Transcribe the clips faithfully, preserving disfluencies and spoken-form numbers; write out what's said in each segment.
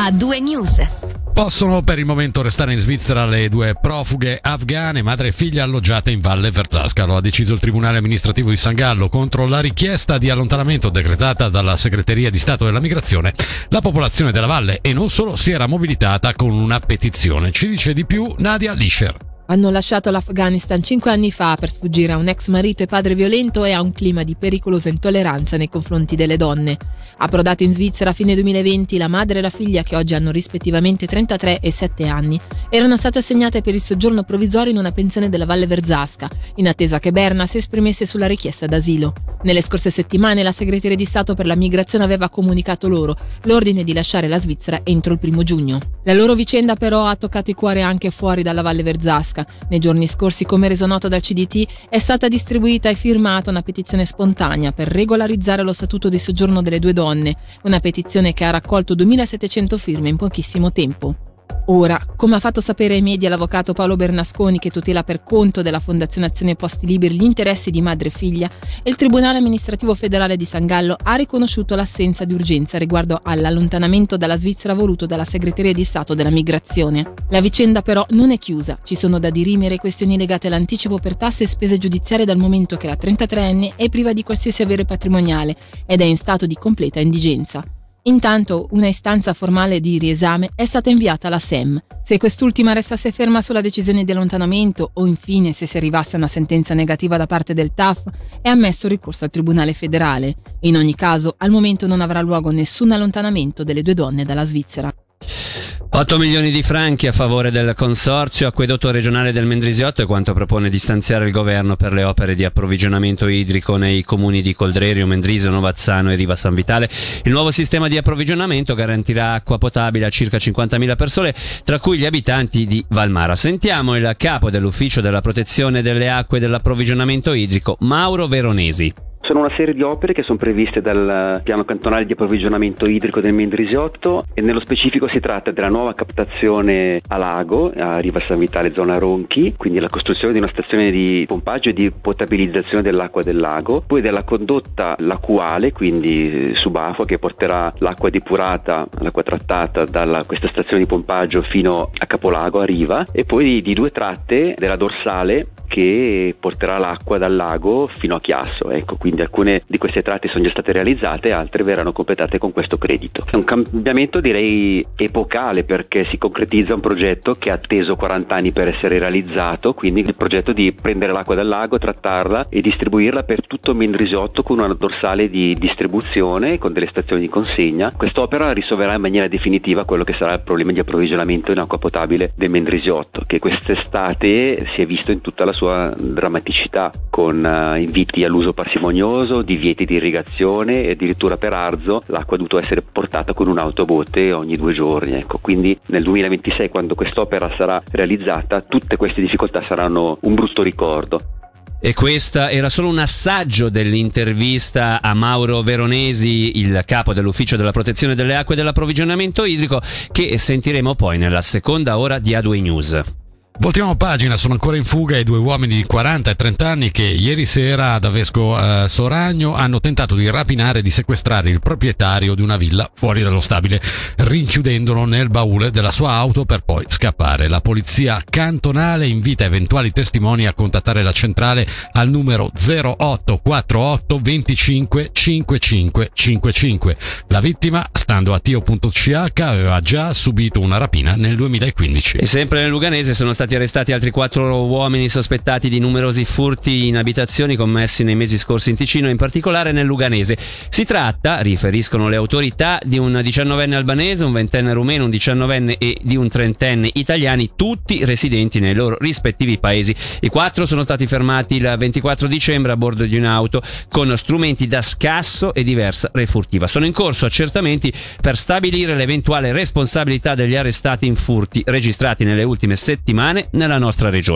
A due News. Possono per il momento restare in Svizzera le due profughe afghane, madre e figlia, alloggiate in Valle Verzasca. Lo ha deciso il Tribunale Amministrativo di San Gallo contro la richiesta di allontanamento decretata dalla Segreteria di Stato della Migrazione. La popolazione della Valle, e non solo, si era mobilitata con una petizione. Ci dice di più Nadia Lischer. Hanno lasciato l'Afghanistan cinque anni fa per sfuggire a un ex marito e padre violento e a un clima di pericolosa intolleranza nei confronti delle donne. Approdate in Svizzera a fine duemilaventi, la madre e la figlia, che oggi hanno rispettivamente trentatré e sette anni, erano state assegnate per il soggiorno provvisorio in una pensione della Valle Verzasca, in attesa che Berna si esprimesse sulla richiesta d'asilo. Nelle scorse settimane la Segreteria di Stato per la Migrazione aveva comunicato loro l'ordine di lasciare la Svizzera entro il primo giugno. La loro vicenda però ha toccato il cuore anche fuori dalla Valle Verzasca. Nei giorni scorsi, come reso noto dal C D T, è stata distribuita e firmata una petizione spontanea per regolarizzare lo statuto di soggiorno delle due donne, una petizione che ha raccolto duemilasettecento firme in pochissimo tempo. Ora, come ha fatto sapere ai media l'avvocato Paolo Bernasconi, che tutela per conto della Fondazione Azione Posti Liberi gli interessi di madre e figlia, il Tribunale Amministrativo Federale di San Gallo ha riconosciuto l'assenza di urgenza riguardo all'allontanamento dalla Svizzera voluto dalla Segreteria di Stato della Migrazione. La vicenda però non è chiusa, ci sono da dirimere questioni legate all'anticipo per tasse e spese giudiziarie, dal momento che la trentatreenne è priva di qualsiasi avere patrimoniale ed è in stato di completa indigenza. Intanto una istanza formale di riesame è stata inviata alla S E M. Se quest'ultima restasse ferma sulla decisione di allontanamento o infine se si arrivasse a una sentenza negativa da parte del T A F, è ammesso ricorso al Tribunale federale. In ogni caso, al momento non avrà luogo nessun allontanamento delle due donne dalla Svizzera. otto milioni di franchi a favore del consorzio acquedotto regionale del Mendrisiotto è quanto propone di stanziare il governo per le opere di approvvigionamento idrico nei comuni di Coldrerio, Mendrisio, Novazzano e Riva San Vitale. Il nuovo sistema di approvvigionamento garantirà acqua potabile a circa cinquantamila persone, tra cui gli abitanti di Valmara. Sentiamo il capo dell'Ufficio della Protezione delle Acque e dell'Approvvigionamento Idrico, Mauro Veronesi. Sono una serie di opere che sono previste dal piano cantonale di approvvigionamento idrico del Mendrisiotto, e nello specifico si tratta della nuova captazione a lago, a Riva San Vitale, zona Ronchi, quindi la costruzione di una stazione di pompaggio e di potabilizzazione dell'acqua del lago, poi della condotta lacuale, quindi subacquea, che porterà l'acqua depurata, l'acqua trattata da questa stazione di pompaggio fino a Capolago, a Riva, e poi di due tratte della dorsale che porterà l'acqua dal lago fino a Chiasso. Ecco, quindi alcune di queste tratte sono già state realizzate, altre verranno completate con questo credito. È un cambiamento, direi, epocale, perché si concretizza un progetto che ha atteso quaranta anni per essere realizzato, quindi il progetto di prendere l'acqua dal lago, trattarla e distribuirla per tutto il Mendrisiotto con una dorsale di distribuzione, con delle stazioni di consegna. Quest'opera risolverà in maniera definitiva quello che sarà il problema di approvvigionamento in acqua potabile del Mendrisiotto, che quest'estate si è visto in tutta la sua drammaticità, con uh, inviti all'uso parsimonioso, divieti di irrigazione e addirittura per Arzo l'acqua ha dovuto essere portata con un'autobotte ogni due giorni. Ecco, quindi nel duemilaventisei, quando quest'opera sarà realizzata, tutte queste difficoltà saranno un brutto ricordo. E questa era solo un assaggio dell'intervista a Mauro Veronesi, il capo dell'Ufficio della Protezione delle Acque e dell'Approvvigionamento Idrico, che sentiremo poi nella seconda ora di A due News. Voltiamo pagina, sono ancora in fuga i due uomini di quaranta e trenta anni che ieri sera ad Avesco eh, Soragno hanno tentato di rapinare e di sequestrare il proprietario di una villa fuori dallo stabile, rinchiudendolo nel baule della sua auto per poi scappare. La polizia cantonale invita eventuali testimoni a contattare la centrale al numero zero otto quattro otto venticinque cinquantacinque cinquantacinque. La vittima, stando a tio punto c h, aveva già subito una rapina nel duemilaquindici. E sempre nel Luganese sono stati arrestati altri quattro uomini sospettati di numerosi furti in abitazioni commessi nei mesi scorsi in Ticino, in particolare nel Luganese. Si tratta, riferiscono le autorità, di un diciannovenne albanese, un ventenne rumeno, un diciannovenne e di un trentenne italiani, tutti residenti nei loro rispettivi paesi. I quattro sono stati fermati il ventiquattro dicembre a bordo di un'auto con strumenti da scasso e diversa refurtiva. Sono in corso accertamenti per stabilire l'eventuale responsabilità degli arrestati in furti registrati nelle ultime settimane nella nostra regione.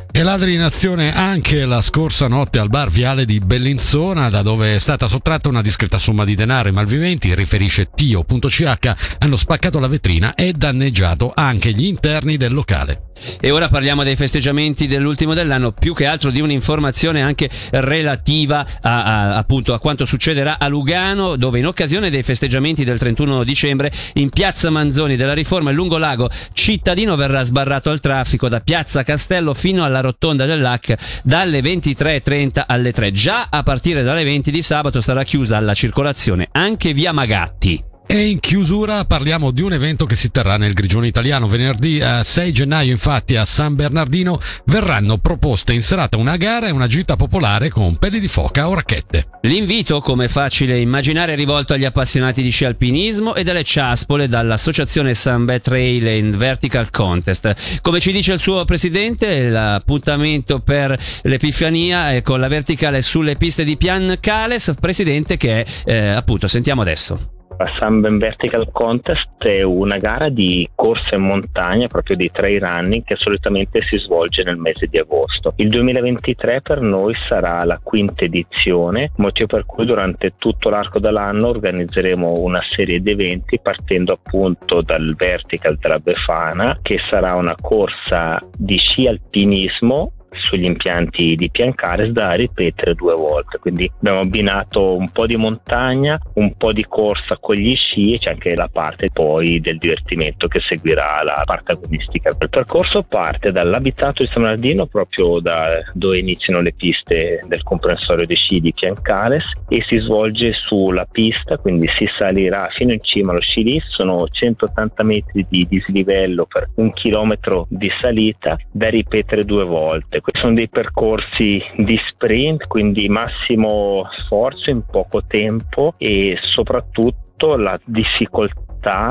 E ladri in azione anche la scorsa notte al bar Viale di Bellinzona, da dove è stata sottratta una discreta somma di denaro. I malviventi, riferisce Tio punto C H, hanno spaccato la vetrina e danneggiato anche gli interni del locale. E ora parliamo dei festeggiamenti dell'ultimo dell'anno, più che altro di un'informazione anche relativa a, a, appunto a quanto succederà a Lugano, dove in occasione dei festeggiamenti del trentuno dicembre in piazza Manzoni della Riforma e lungo lago cittadino verrà sbarrato al traffico da piazza Castello fino alla rotonda dell'A C dalle ventitré e trenta alle tre. Già a partire dalle venti di sabato sarà chiusa alla circolazione anche via Magatti. E in chiusura parliamo di un evento che si terrà nel Grigione italiano. Venerdì sei gennaio, infatti, a San Bernardino verranno proposte in serata una gara e una gita popolare con pelli di foca o racchette. L'invito, come è facile immaginare, è rivolto agli appassionati di sci alpinismo e delle ciaspole dall'associazione Sambe Trail and Vertical Contest. Come ci dice il suo presidente, l'appuntamento per l'Epifania è con la verticale sulle piste di Pian Cales, presidente che è, eh, appunto, sentiamo adesso. La Sunben Vertical Contest è una gara di corsa in montagna, proprio di trail running, che solitamente si svolge nel mese di agosto. Il duemilaventitré per noi sarà la quinta edizione, motivo per cui durante tutto l'arco dell'anno organizzeremo una serie di eventi partendo appunto dal Vertical della Befana, che sarà una corsa di sci alpinismo sugli impianti di Pian Cales da ripetere due volte. Quindi abbiamo abbinato un po' di montagna, un po' di corsa con gli sci e c'è anche la parte poi del divertimento che seguirà la parte agonistica. Il percorso parte dall'abitato di San Bernardino, proprio da dove iniziano le piste del comprensorio di sci di Pian Cales, e si svolge sulla pista, quindi si salirà fino in cima allo sci lift. Sono centottanta metri di dislivello per un chilometro di salita da ripetere due volte. Sono dei percorsi di sprint, quindi massimo sforzo in poco tempo e soprattutto la difficoltà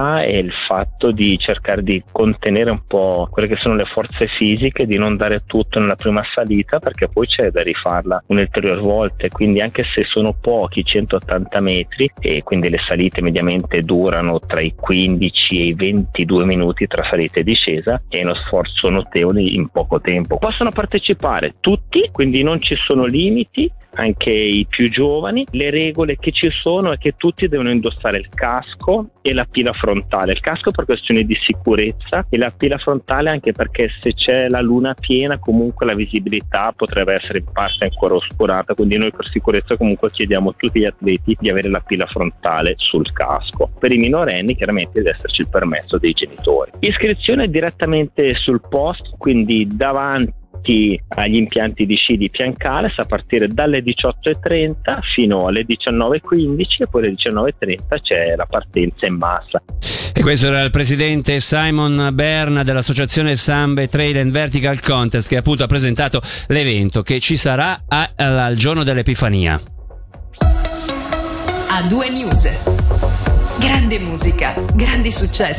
e il fatto di cercare di contenere un po' quelle che sono le forze fisiche, di non dare tutto nella prima salita, perché poi c'è da rifarla un'ulteriore volta. Quindi anche se sono pochi, centottanta metri, e quindi le salite mediamente durano tra i quindici e i ventidue minuti tra salita e discesa, è uno sforzo notevole in poco tempo. Possono partecipare tutti, quindi non ci sono limiti, anche i più giovani. Le regole che ci sono è che tutti devono indossare il casco e la pila frontale. Il casco per questioni di sicurezza e la pila frontale anche perché se c'è la luna piena comunque la visibilità potrebbe essere in parte ancora oscurata, quindi noi per sicurezza comunque chiediamo a tutti gli atleti di avere la pila frontale sul casco. Per i minorenni chiaramente deve esserci il permesso dei genitori. Iscrizione direttamente sul post, quindi davanti agli impianti di sci di Pian Cales a partire dalle diciotto e trenta fino alle diciannove e quindici, e poi alle diciannove e trenta c'è la partenza in massa. E questo era il presidente Simon Berna dell'associazione Sambe Trail and Vertical Contest, che appunto ha presentato l'evento che ci sarà a, a, al giorno dell'Epifania. A due News. Grande musica, grandi successi.